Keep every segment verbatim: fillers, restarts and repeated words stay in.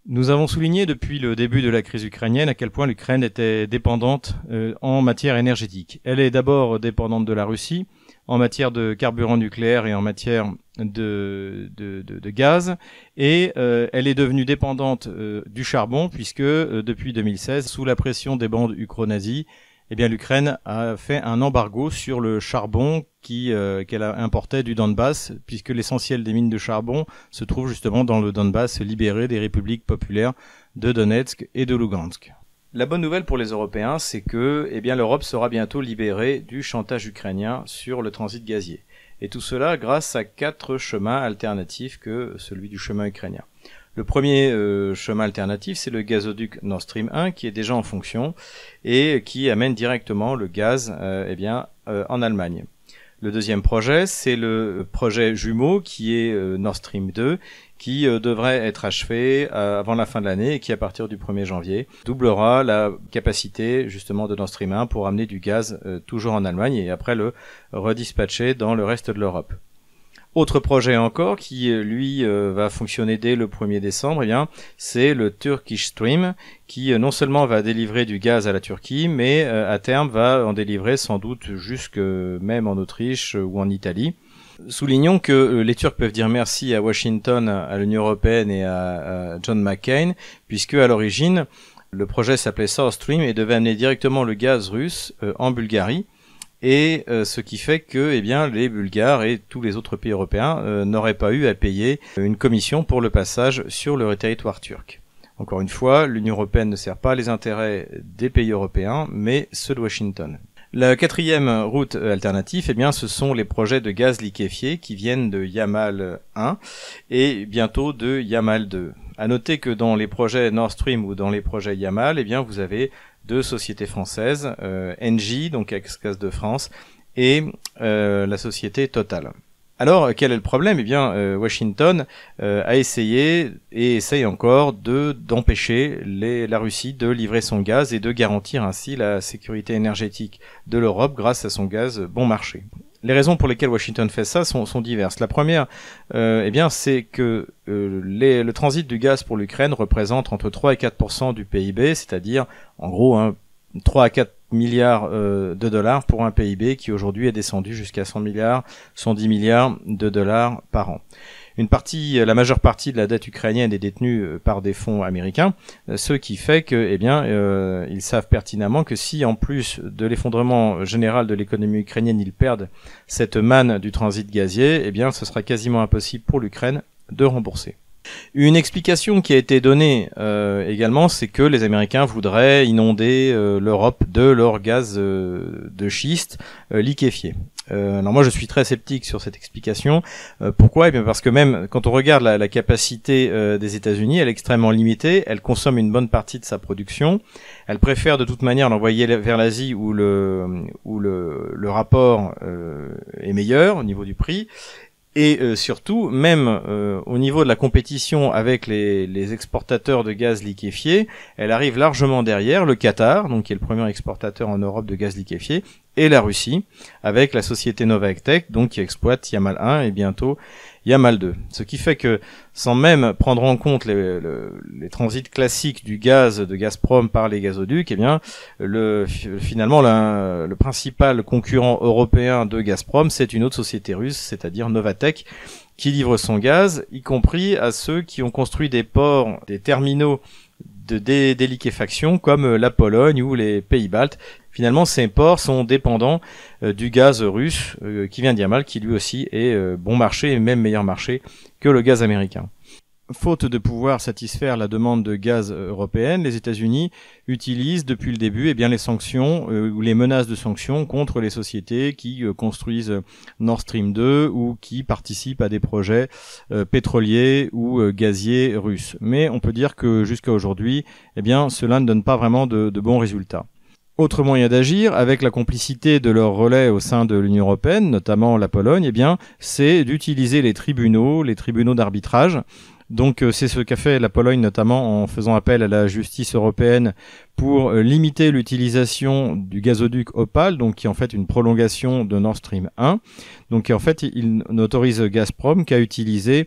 Nous avons souligné depuis le début de la crise ukrainienne à quel point l'Ukraine était dépendante euh, en matière énergétique. Elle est d'abord dépendante de la Russie en matière de carburant nucléaire et en matière de, de, de, de gaz, et euh, elle est devenue dépendante euh, du charbon puisque euh, depuis deux mille seize, sous la pression des bandes ukro-nazis, eh bien l'Ukraine a fait un embargo sur le charbon qui euh, qu'elle a importait du Donbass, puisque l'essentiel des mines de charbon se trouve justement dans le Donbass libéré des républiques populaires de Donetsk et de Lugansk. La bonne nouvelle pour les Européens, c'est que eh bien l'Europe sera bientôt libérée du chantage ukrainien sur le transit gazier. Et tout cela grâce à quatre chemins alternatifs que celui du chemin ukrainien. Le premier euh, chemin alternatif, c'est le gazoduc Nord Stream un qui est déjà en fonction et qui amène directement le gaz euh, eh bien, euh, en Allemagne. Le deuxième projet, c'est le projet jumeau qui est euh, Nord Stream deux qui euh, devrait être achevé euh, avant la fin de l'année et qui, à partir du premier janvier, doublera la capacité justement de Nord Stream un pour amener du gaz euh, toujours en Allemagne et après le redispatcher dans le reste de l'Europe. Autre projet encore qui, lui, euh, va fonctionner dès le premier décembre, eh bien, c'est le Turkish Stream qui euh, non seulement va délivrer du gaz à la Turquie, mais euh, à terme va en délivrer sans doute jusque même en Autriche euh, ou en Italie. Soulignons que euh, les Turcs peuvent dire merci à Washington, à l'Union européenne et à, à John McCain, puisque à l'origine, le projet s'appelait South Stream et devait amener directement le gaz russe euh, en Bulgarie. Et euh, ce qui fait que eh bien, les Bulgares et tous les autres pays européens euh, n'auraient pas eu à payer une commission pour le passage sur le territoire turc. Encore une fois, l'Union européenne ne sert pas les intérêts des pays européens, mais ceux de Washington. La quatrième route alternative, eh bien, ce sont les projets de gaz liquéfié qui viennent de Yamal un et bientôt de Yamal deux. À noter que dans les projets Nord Stream ou dans les projets Yamal, eh bien, vous avez deux sociétés françaises, euh, Engie, donc ex-Gaz de France, et euh, la société Total. Alors, quel est le problème ? Eh bien, euh, Washington euh, a essayé et essaye encore de d'empêcher les, la Russie de livrer son gaz et de garantir ainsi la sécurité énergétique de l'Europe grâce à son gaz bon marché. Les raisons pour lesquelles Washington fait ça sont, sont diverses. La première, euh, eh bien, c'est que euh, les, le transit du gaz pour l'Ukraine représente entre trois et quatre pour cent du P I B, c'est-à-dire, en gros, hein, trois à quatre milliards euh, de dollars pour un P I B qui aujourd'hui est descendu jusqu'à cent milliards, cent dix milliards de dollars par an. Une partie, la majeure partie de la dette ukrainienne est détenue par des fonds américains, ce qui fait que, eh bien, euh, ils savent pertinemment que si, en plus de l'effondrement général de l'économie ukrainienne, ils perdent cette manne du transit gazier, eh bien, ce sera quasiment impossible pour l'Ukraine de rembourser. Une explication qui a été donnée euh, également, c'est que les Américains voudraient inonder euh, l'Europe de leur gaz euh, de schiste euh, liquéfié. Euh, alors moi je suis très sceptique sur cette explication. Euh, pourquoi ? Eh bien parce que même quand on regarde la, la capacité euh, des États-Unis, elle est extrêmement limitée. Elle consomme une bonne partie de sa production. Elle préfère de toute manière l'envoyer vers l'Asie où le où le, le rapport euh, est meilleur au niveau du prix. Et euh, surtout, même euh, au niveau de la compétition avec les, les exportateurs de gaz liquéfié, elle arrive largement derrière le Qatar, donc qui est le premier exportateur en Europe de gaz liquéfié, et la Russie, avec la société Novatek, donc qui exploite Yamal un et bientôt Yamal deux. Ce qui fait que, sans même prendre en compte les, les, les transits classiques du gaz de Gazprom par les gazoducs, eh bien, le, finalement, la, le principal concurrent européen de Gazprom, c'est une autre société russe, c'est-à-dire Novatek, qui livre son gaz, y compris à ceux qui ont construit des ports, des terminaux de dé- déliquéfaction comme la Pologne ou les Pays-Baltes. Finalement, ces ports sont dépendants euh, du gaz russe euh, qui vient d'Yamal, qui lui aussi est euh, bon marché et même meilleur marché que le gaz américain. Faute de pouvoir satisfaire la demande de gaz européenne, les États-Unis utilisent depuis le début eh bien, les sanctions euh, ou les menaces de sanctions contre les sociétés qui euh, construisent Nord Stream deux ou qui participent à des projets euh, pétroliers ou euh, gaziers russes. Mais on peut dire que jusqu'à aujourd'hui, eh bien, cela ne donne pas vraiment de, de bons résultats. Autre moyen d'agir, avec la complicité de leurs relais au sein de l'Union européenne, notamment la Pologne, eh bien, c'est d'utiliser les tribunaux, les tribunaux d'arbitrage. Donc c'est ce qu'a fait la Pologne notamment en faisant appel à la justice européenne pour limiter l'utilisation du gazoduc Opal, donc qui est en fait une prolongation de Nord Stream un. Donc en fait il n'autorise Gazprom qu'à utiliser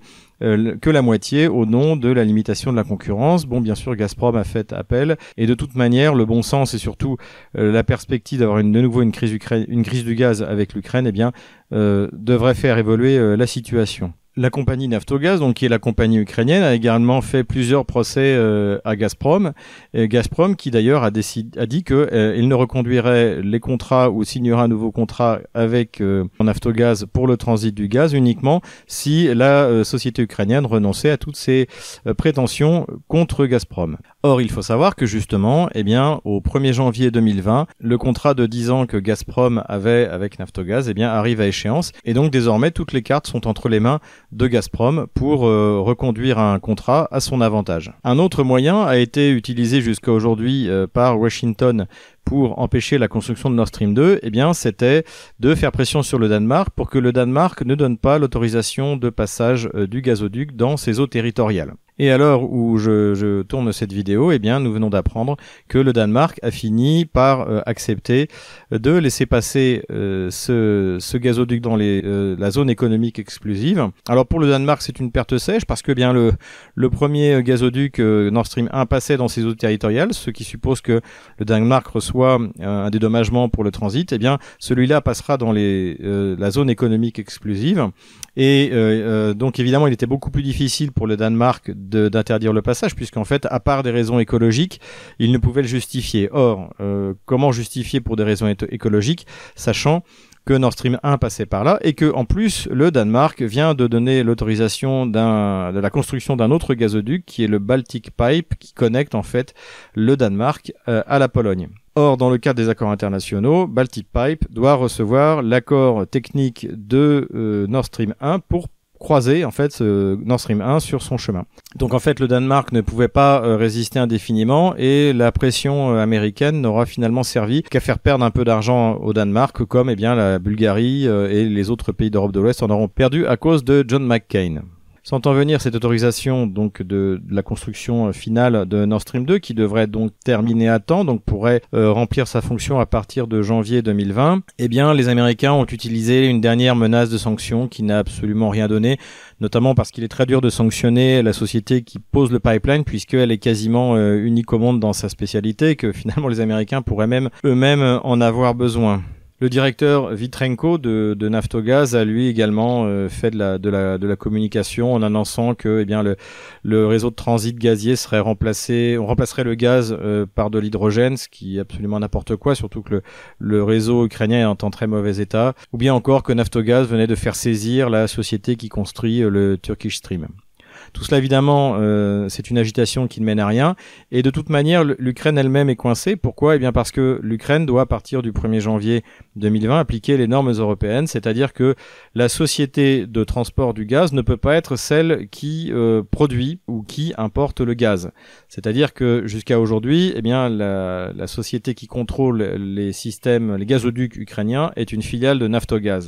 euh, que la moitié au nom de la limitation de la concurrence. Bon, bien sûr, Gazprom a fait appel et de toute manière, le bon sens et surtout euh, la perspective d'avoir une, de nouveau une crise, Ukra- une crise du gaz avec l'Ukraine, eh bien, euh, devrait faire évoluer euh, la situation. La compagnie Naftogaz, donc qui est la compagnie ukrainienne, a également fait plusieurs procès euh, à Gazprom. Et Gazprom, qui d'ailleurs a, décidé, a dit que euh, il ne reconduirait les contrats ou signera un nouveau contrat avec euh, Naftogaz pour le transit du gaz uniquement si la euh, société ukrainienne renonçait à toutes ses euh, prétentions contre Gazprom. Or, il faut savoir que justement, eh bien, au premier janvier deux mille vingt, le contrat de dix ans que Gazprom avait avec Naftogaz, eh bien, arrive à échéance. Et donc, désormais, toutes les cartes sont entre les mains de Gazprom pour euh, reconduire un contrat à son avantage. Un autre moyen a été utilisé jusqu'à aujourd'hui euh, par Washington pour empêcher la construction de Nord Stream deux, eh bien, c'était de faire pression sur le Danemark pour que le Danemark ne donne pas l'autorisation de passage euh, du gazoduc dans ses eaux territoriales. Et à l'heure où je, je tourne cette vidéo, eh bien, nous venons d'apprendre que le Danemark a fini par euh, accepter de laisser passer euh, ce, ce gazoduc dans les, euh, la zone économique exclusive. Alors pour le Danemark, c'est une perte sèche parce que bien le, le premier gazoduc euh, Nord Stream un passait dans ses eaux territoriales, ce qui suppose que le Danemark reçoit euh, un dédommagement pour le transit. Eh bien, celui-là passera dans les, euh, la zone économique exclusive. Et euh, euh, donc évidemment, il était beaucoup plus difficile pour le Danemark de, d'interdire le passage, puisqu'en fait, à part des raisons écologiques, il ne pouvait le justifier. Or, euh, comment justifier pour des raisons é- écologiques, sachant que Nord Stream un passait par là et que en plus le Danemark vient de donner l'autorisation d'un, de la construction d'un autre gazoduc qui est le Baltic Pipe, qui connecte en fait le Danemark euh, à la Pologne. Or, dans le cadre des accords internationaux, Baltic Pipe doit recevoir l'accord technique de euh, Nord Stream un pour croiser en fait ce Nord Stream un sur son chemin. Donc en fait le Danemark ne pouvait pas euh, résister indéfiniment et la pression euh, américaine n'aura finalement servi qu'à faire perdre un peu d'argent au Danemark, comme eh bien la Bulgarie euh, et les autres pays d'Europe de l'Ouest en auront perdu à cause de John McCain. Sentant venir cette autorisation donc de, de la construction finale de Nord Stream deux qui devrait donc terminer à temps, donc pourrait euh, remplir sa fonction à partir de janvier deux mille vingt, eh bien les Américains ont utilisé une dernière menace de sanctions qui n'a absolument rien donné, notamment parce qu'il est très dur de sanctionner la société qui pose le pipeline puisqu'elle est quasiment euh, unique au monde dans sa spécialité et que finalement les Américains pourraient même eux-mêmes en avoir besoin. Le directeur Vitrenko de, de Naftogaz a lui également euh, fait de la, de, la, de la communication en annonçant que eh bien, le, le réseau de transit gazier serait remplacé, on remplacerait le gaz euh, par de l'hydrogène, ce qui est absolument n'importe quoi, surtout que le, le réseau ukrainien est en très mauvais état, ou bien encore que Naftogaz venait de faire saisir la société qui construit euh, le Turkish Stream. Tout cela, évidemment, euh, c'est une agitation qui ne mène à rien. Et de toute manière, l'Ukraine elle-même est coincée. Pourquoi ? Eh bien parce que l'Ukraine doit, à partir du premier janvier deux mille vingt, appliquer les normes européennes. C'est-à-dire que la société de transport du gaz ne peut pas être celle qui euh, produit ou qui importe le gaz. C'est-à-dire que jusqu'à aujourd'hui, eh bien, la, la société qui contrôle les systèmes, les gazoducs ukrainiens est une filiale de Naftogaz.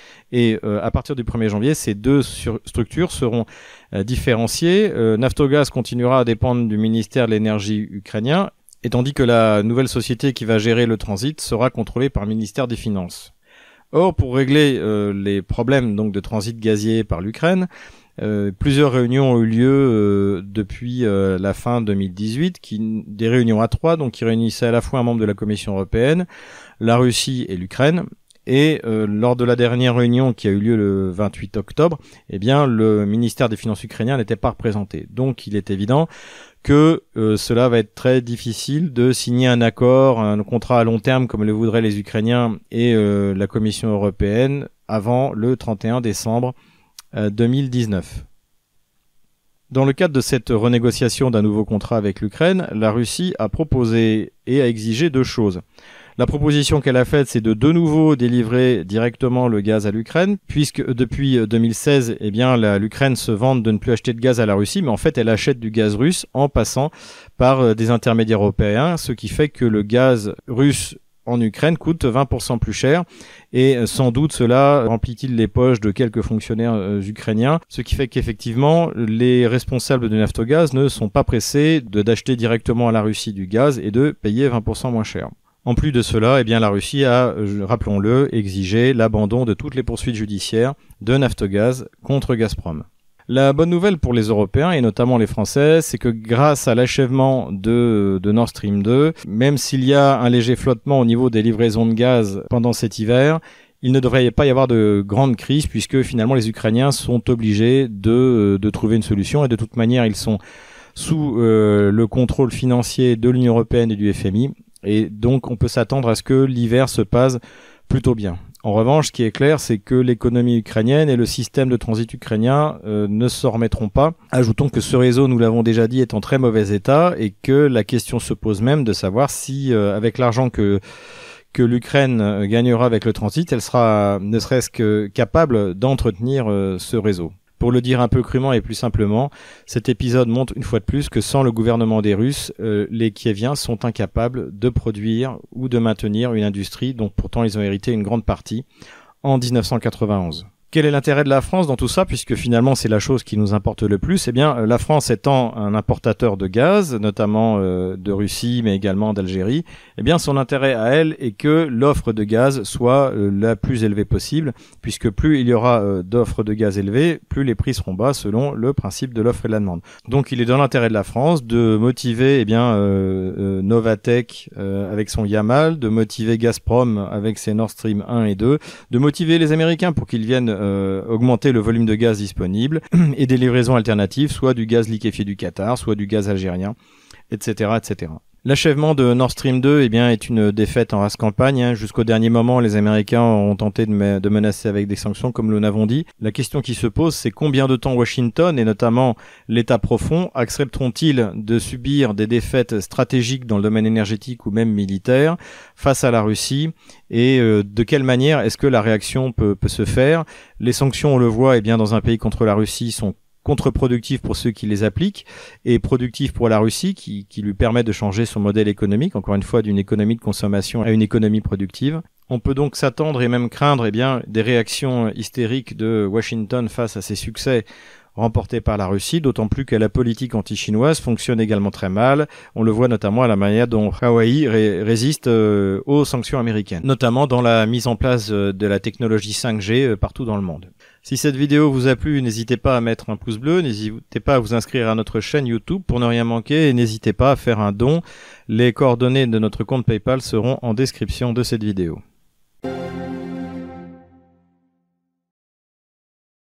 Et euh, à partir du premier janvier, ces deux sur- structures seront euh, différenciées. Euh, Naftogaz continuera à dépendre du ministère de l'énergie ukrainien, et tandis que la nouvelle société qui va gérer le transit sera contrôlée par le ministère des Finances. Or, pour régler euh, les problèmes donc de transit gazier par l'Ukraine, euh, plusieurs réunions ont eu lieu euh, depuis euh, la fin deux mille dix-huit, qui, des réunions à trois, donc qui réunissaient à la fois un membre de la Commission européenne, la Russie et l'Ukraine. Et euh, lors de la dernière réunion qui a eu lieu le vingt-huit octobre, eh bien le ministère des Finances ukrainien n'était pas représenté. Donc il est évident que euh, cela va être très difficile de signer un accord, un contrat à long terme comme le voudraient les Ukrainiens et euh, la Commission européenne avant le trente et un décembre euh, deux mille dix-neuf. Dans le cadre de cette renégociation d'un nouveau contrat avec l'Ukraine, la Russie a proposé et a exigé deux choses. La proposition qu'elle a faite, c'est de de nouveau délivrer directement le gaz à l'Ukraine, puisque depuis deux mille seize, eh bien, la, l'Ukraine se vante de ne plus acheter de gaz à la Russie, mais en fait, elle achète du gaz russe en passant par des intermédiaires européens, ce qui fait que le gaz russe en Ukraine coûte vingt pour cent plus cher, et sans doute cela remplit-il les poches de quelques fonctionnaires euh, ukrainiens, ce qui fait qu'effectivement les responsables de Naftogaz ne sont pas pressés de d'acheter directement à la Russie du gaz et de payer vingt pour cent moins cher. En plus de cela, eh bien, la Russie a, rappelons-le, exigé l'abandon de toutes les poursuites judiciaires de Naftogaz contre Gazprom. La bonne nouvelle pour les Européens, et notamment les Français, c'est que grâce à l'achèvement de, de Nord Stream deux, même s'il y a un léger flottement au niveau des livraisons de gaz pendant cet hiver, il ne devrait pas y avoir de grande crise puisque finalement les Ukrainiens sont obligés de, de trouver une solution et de toute manière ils sont sous euh, le contrôle financier de l'Union européenne et du F M I et donc on peut s'attendre à ce que l'hiver se passe plutôt bien. En revanche, ce qui est clair, c'est que l'économie ukrainienne et le système de transit ukrainien euh, ne s'en remettront pas. Ajoutons que ce réseau, nous l'avons déjà dit, est en très mauvais état et que la question se pose même de savoir si, euh, avec l'argent que que l'Ukraine gagnera avec le transit, elle sera ne serait-ce que capable d'entretenir euh, ce réseau. Pour le dire un peu crûment et plus simplement, cet épisode montre une fois de plus que sans le gouvernement des Russes, euh, les Kieviens sont incapables de produire ou de maintenir une industrie dont pourtant ils ont hérité une grande partie en dix-neuf cent quatre-vingt-onze. Quel est l'intérêt de la France dans tout ça, puisque finalement c'est la chose qui nous importe le plus? Eh bien, la France étant un importateur de gaz, notamment euh, de Russie, mais également d'Algérie, eh bien son intérêt à elle est que l'offre de gaz soit euh, la plus élevée possible, puisque plus il y aura euh, d'offres de gaz élevées, plus les prix seront bas selon le principe de l'offre et de la demande. Donc il est dans l'intérêt de la France de motiver eh bien euh, euh, Novatek euh, avec son Yamal, de motiver Gazprom avec ses Nord Stream un et deux, de motiver les Américains pour qu'ils viennent euh, Euh, augmenter le volume de gaz disponible et des livraisons alternatives, soit du gaz liquéfié du Qatar, soit du gaz algérien, et cetera, et cetera. L'achèvement de Nord Stream deux eh bien, est une défaite en race campagne. Hein. Jusqu'au dernier moment, les Américains ont tenté de, me- de menacer avec des sanctions, comme nous l'avons dit. La question qui se pose, c'est combien de temps Washington, et notamment l'État profond, accepteront-ils de subir des défaites stratégiques dans le domaine énergétique ou même militaire face à la Russie, et euh, de quelle manière est-ce que la réaction peut, peut se faire. Les sanctions, on le voit, eh bien, dans un pays contre la Russie, sont contre-productif pour ceux qui les appliquent et productif pour la Russie qui, qui lui permet de changer son modèle économique, encore une fois d'une économie de consommation à une économie productive. On peut donc s'attendre et même craindre eh bien, des réactions hystériques de Washington face à ces succès remportés par la Russie, d'autant plus que la politique anti-chinoise fonctionne également très mal. On le voit notamment à la manière dont Huawei ré- résiste euh, aux sanctions américaines, notamment dans la mise en place euh, de la technologie cinq G euh, partout dans le monde. Si cette vidéo vous a plu, n'hésitez pas à mettre un pouce bleu, n'hésitez pas à vous inscrire à notre chaîne YouTube pour ne rien manquer et n'hésitez pas à faire un don. Les coordonnées de notre compte PayPal seront en description de cette vidéo.